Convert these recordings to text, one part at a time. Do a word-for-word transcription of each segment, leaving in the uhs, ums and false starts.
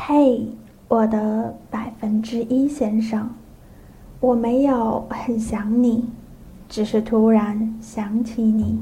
嘿，我的百分之一先生，我没有很想你，只是突然想起你。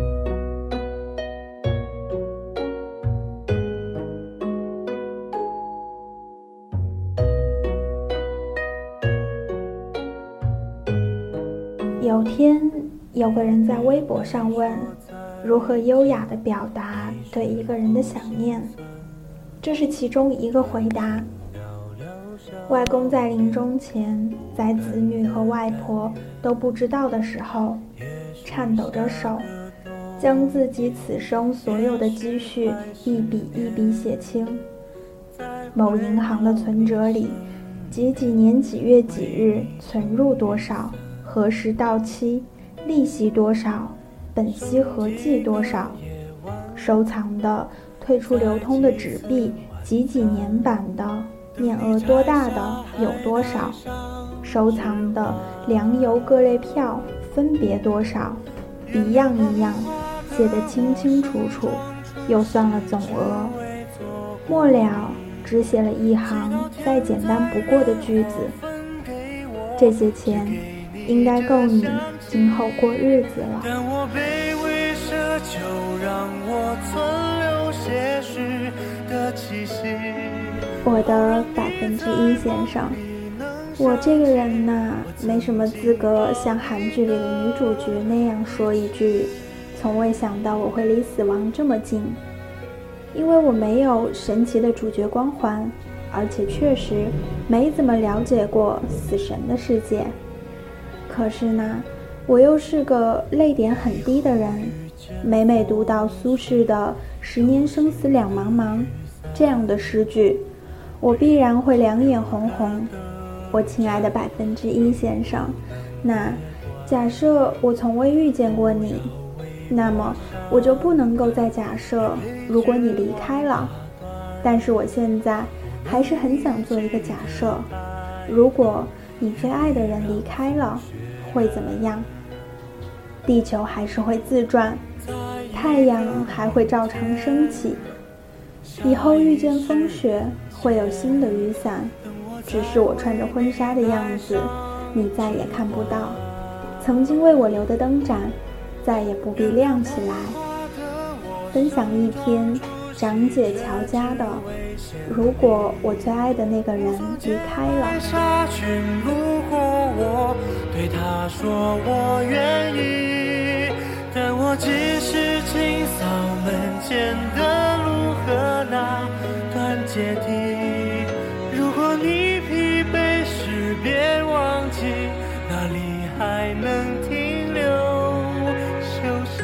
有天，有个人在微博上问，如何优雅地表达对一个人的想念？这是其中一个回答。外公在临终前，在子女和外婆都不知道的时候，颤抖着手，将自己此生所有的积蓄一笔一笔写清。某银行的存折里，几几年几月几日存入多少，何时到期，利息多少，本息合计多少，收藏的退出流通的纸币几几年版的，面额多大的有多少，收藏的粮油各类票分别多少，一样一样写得清清楚楚，又算了总额，末了只写了一行再简单不过的句子：这些钱应该够你今后过日子了。但我卑微奢求，让我存留些许的气息。我的百分之一先生，我这个人呐，没什么资格像韩剧里的女主角那样说一句从未想到我会离死亡这么近，因为我没有神奇的主角光环，而且确实没怎么了解过死神的世界。可是呢，我又是个泪点很低的人，每每读到苏轼的十年生死两茫茫这样的诗句，我必然会两眼红红。我亲爱的百分之一先生，那假设我从未遇见过你，那么我就不能够再假设如果你离开了。但是我现在还是很想做一个假设，如果你最爱的人离开了，会怎么样？地球还是会自转，太阳还会照常升起，以后遇见风雪会有新的雨伞，只是我穿着婚纱的样子你再也看不到，曾经为我留的灯盏再也不必亮起来。分享一篇张姐乔家的如果我最爱的那个人离开了。沙群路过，我对他说我愿意，但我只是清扫门前的路和那段阶梯。如果你疲惫时别忘记，哪里还能停留休息。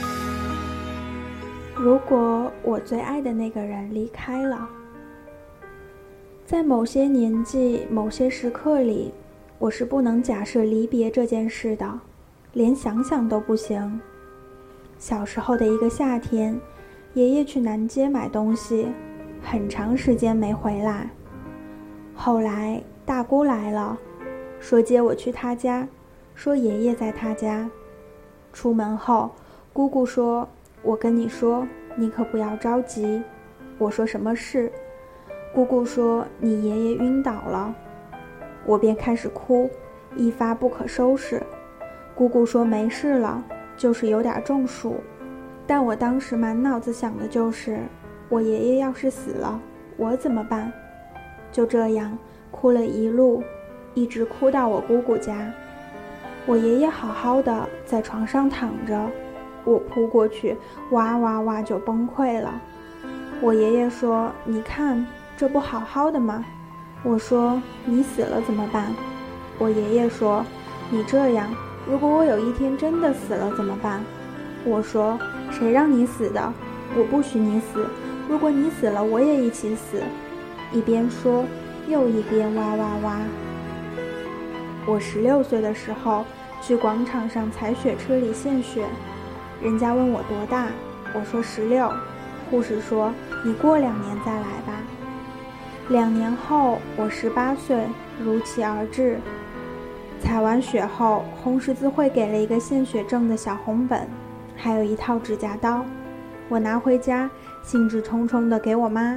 如果我最爱的那个人离开了，在某些年纪某些时刻里，我是不能假设离别这件事的，连想想都不行。小时候的一个夏天，爷爷去南街买东西，很长时间没回来。后来大姑来了，说接我去她家，说爷爷在她家。出门后，姑姑说，我跟你说，你可不要着急。我说什么事？姑姑说你爷爷晕倒了。我便开始哭，一发不可收拾。姑姑说没事了，就是有点中暑。但我当时满脑子想的就是，我爷爷要是死了，我怎么办？就这样哭了一路，一直哭到我姑姑家。我爷爷好好的在床上躺着，我扑过去，哇哇哇就崩溃了。我爷爷说，你看这不好好的吗？我说，你死了怎么办？我爷爷说，你这样，如果我有一天真的死了怎么办？我说，谁让你死的？我不许你死，如果你死了我也一起死。一边说又一边哇哇哇。我十六岁的时候去广场上踩雪车里献血，人家问我多大，我说十六，护士说你过两年再来吧。两年后我十八岁，如期而至。采完血后，红十字会给了一个献血证的小红本，还有一套指甲刀。我拿回家，兴致冲冲地给我妈，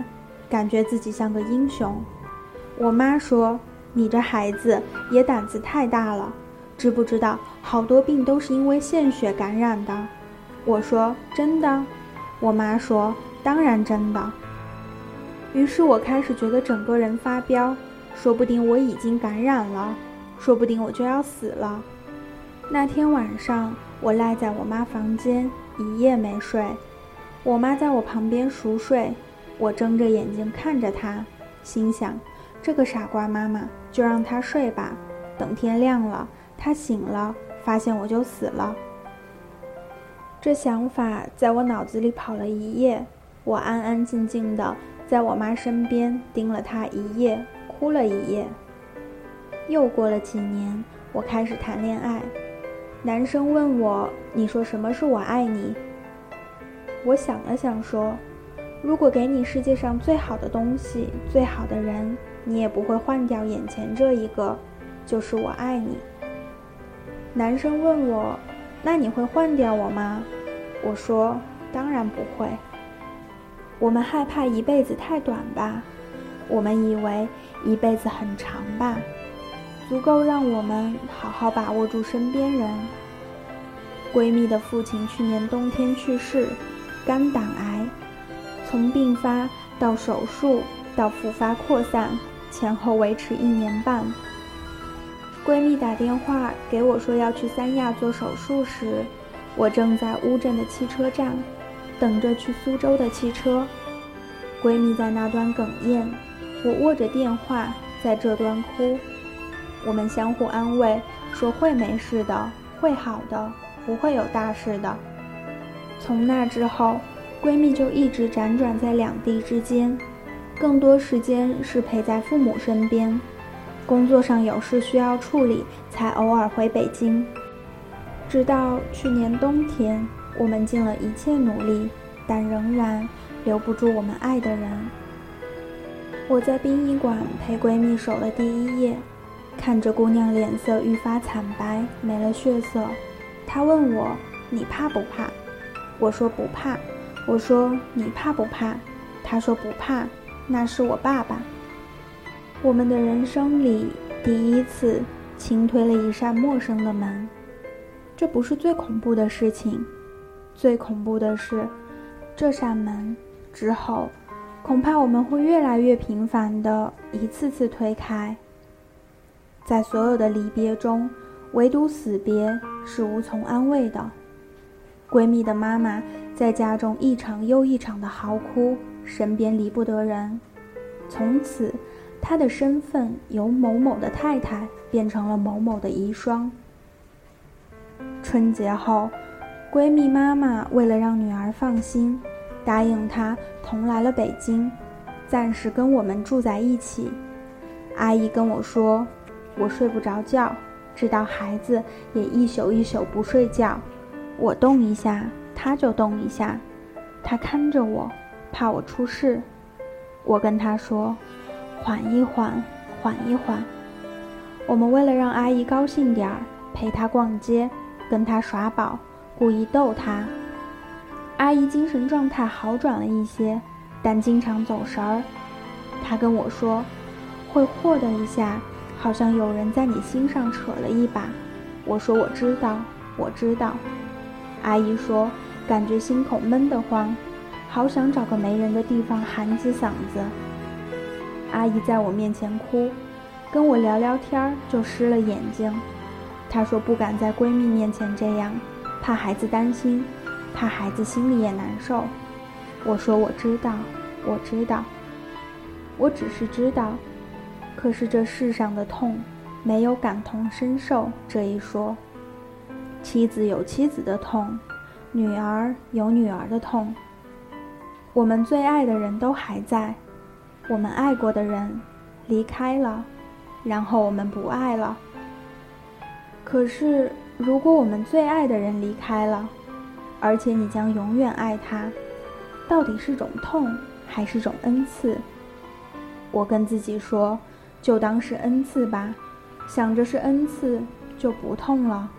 感觉自己像个英雄。我妈说，你这孩子也胆子太大了，知不知道好多病都是因为献血感染的？我说真的？我妈说当然真的。于是我开始觉得整个人发飙，说不定我已经感染了，说不定我就要死了。那天晚上我赖在我妈房间一夜没睡，我妈在我旁边熟睡，我睁着眼睛看着她，心想这个傻瓜妈妈，就让她睡吧，等天亮了她醒了发现我就死了。这想法在我脑子里跑了一夜，我安安静静的在我妈身边盯了她一夜，哭了一夜。又过了几年，我开始谈恋爱，男生问我，你说什么是我爱你？我想了想说，如果给你世界上最好的东西，最好的人，你也不会换掉眼前这一个，就是我爱你。男生问我，那你会换掉我吗？我说当然不会。我们害怕一辈子太短吧，我们以为一辈子很长吧，足够让我们好好把握住身边人。闺蜜的父亲去年冬天去世，肝胆癌，从病发到手术到复发扩散，前后维持一年半。闺蜜打电话给我说要去三亚做手术时，我正在乌镇的汽车站等着去苏州的汽车。闺蜜在那端哽咽，我握着电话在这端哭。我们相互安慰，说会没事的，会好的，不会有大事的。从那之后，闺蜜就一直辗转在两地之间，更多时间是陪在父母身边，工作上有事需要处理，才偶尔回北京。直到去年冬天，我们尽了一切努力，但仍然留不住我们爱的人。我在殡仪馆陪闺蜜守了第一夜，看着姑娘脸色愈发惨白，没了血色。她问我，你怕不怕？我说不怕。我说你怕不怕？她说不怕，那是我爸爸。我们的人生里第一次轻推了一扇陌生的门。这不是最恐怖的事情，最恐怖的是这扇门之后，恐怕我们会越来越频繁地一次次推开。在所有的离别中，唯独死别是无从安慰的。闺蜜的妈妈在家中一场又一场的嚎哭，身边离不得人。从此，她的身份由某某的太太变成了某某的遗孀。春节后，闺蜜妈妈为了让女儿放心，答应她同来了北京，暂时跟我们住在一起。阿姨跟我说，我睡不着觉，知道孩子也一宿一宿不睡觉，我动一下她就动一下，她看着我，怕我出事。我跟她说，缓一缓，缓一缓。我们为了让阿姨高兴点儿，陪她逛街，跟她耍宝，故意逗她。阿姨精神状态好转了一些，但经常走神儿。她跟我说，会霍的一下，好像有人在你心上扯了一把。我说我知道，我知道。阿姨说，感觉心口闷得慌，好想找个没人的地方喊几嗓子。阿姨在我面前哭，跟我聊聊天就湿了眼睛。她说不敢在闺蜜面前这样，怕孩子担心，怕孩子心里也难受。我说我知道，我知道，我只是知道。可是这世上的痛，没有感同身受这一说。妻子有妻子的痛，女儿有女儿的痛。我们最爱的人都还在，我们爱过的人离开了，然后我们不爱了。可是如果我们最爱的人离开了，而且你将永远爱他，到底是种痛还是种恩赐？我跟自己说，就当是恩赐吧，想着是恩赐就不痛了。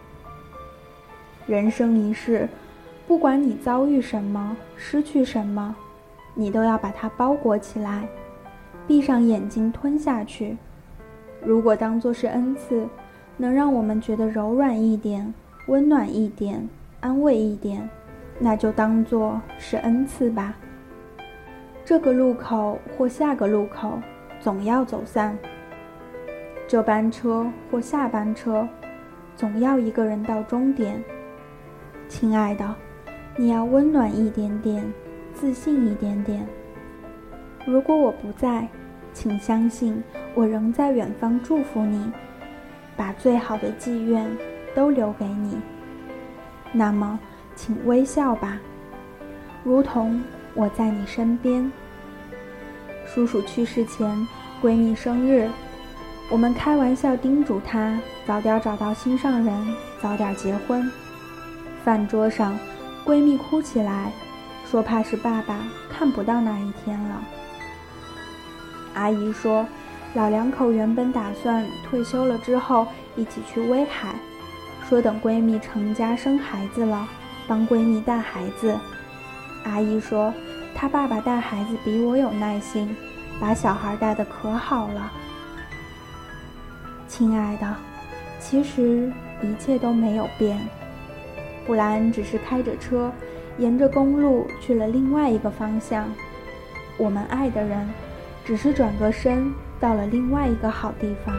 人生一世，不管你遭遇什么，失去什么， 你都要把它包裹起来，闭上眼睛吞下去。如果当作是恩赐，能让我们觉得柔软一点，温暖一点，安慰一点，那就当作是恩赐吧。这个路口或下个路口总要走散，这班车或下班车总要一个人到终点。亲爱的，你要温暖一点点，自信一点点。如果我不在，请相信我仍在远方祝福你，把最好的寄愿都留给你。那么请微笑吧，如同我在你身边。叔叔去世前，闺蜜生日，我们开玩笑叮嘱她早点找到心上人，早点结婚。饭桌上，闺蜜哭起来，说怕是爸爸看不到那一天了。阿姨说，老两口原本打算退休了之后一起去威海，说等闺蜜成家生孩子了，帮闺蜜带孩子。阿姨说，她爸爸带孩子比我有耐心，把小孩带得可好了。亲爱的，其实一切都没有变。布莱恩只是开着车，沿着公路去了另外一个方向。我们爱的人，只是转个身，到了另外一个好地方。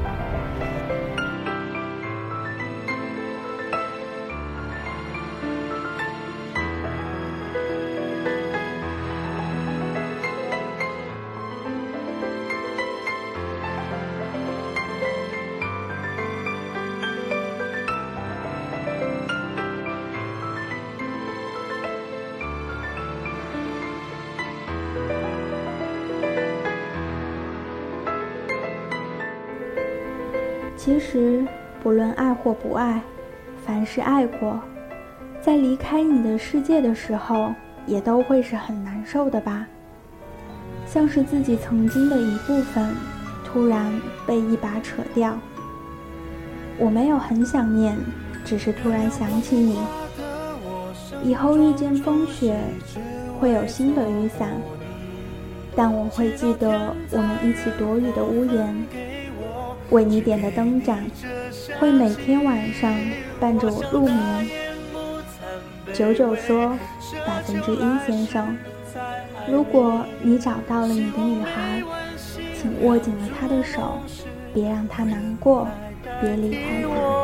其实不论爱或不爱，凡是爱过，在离开你的世界的时候，也都会是很难受的吧，像是自己曾经的一部分突然被一把扯掉。我没有很想念，只是突然想起你。以后遇见风雪，会有新的雨伞，但我会记得我们一起躲雨的屋檐，为你点的灯盏，会每天晚上伴着我入眠。九九说，百分之一先生，如果你找到了你的女孩，请握紧了她的手，别让她难过，别离开她。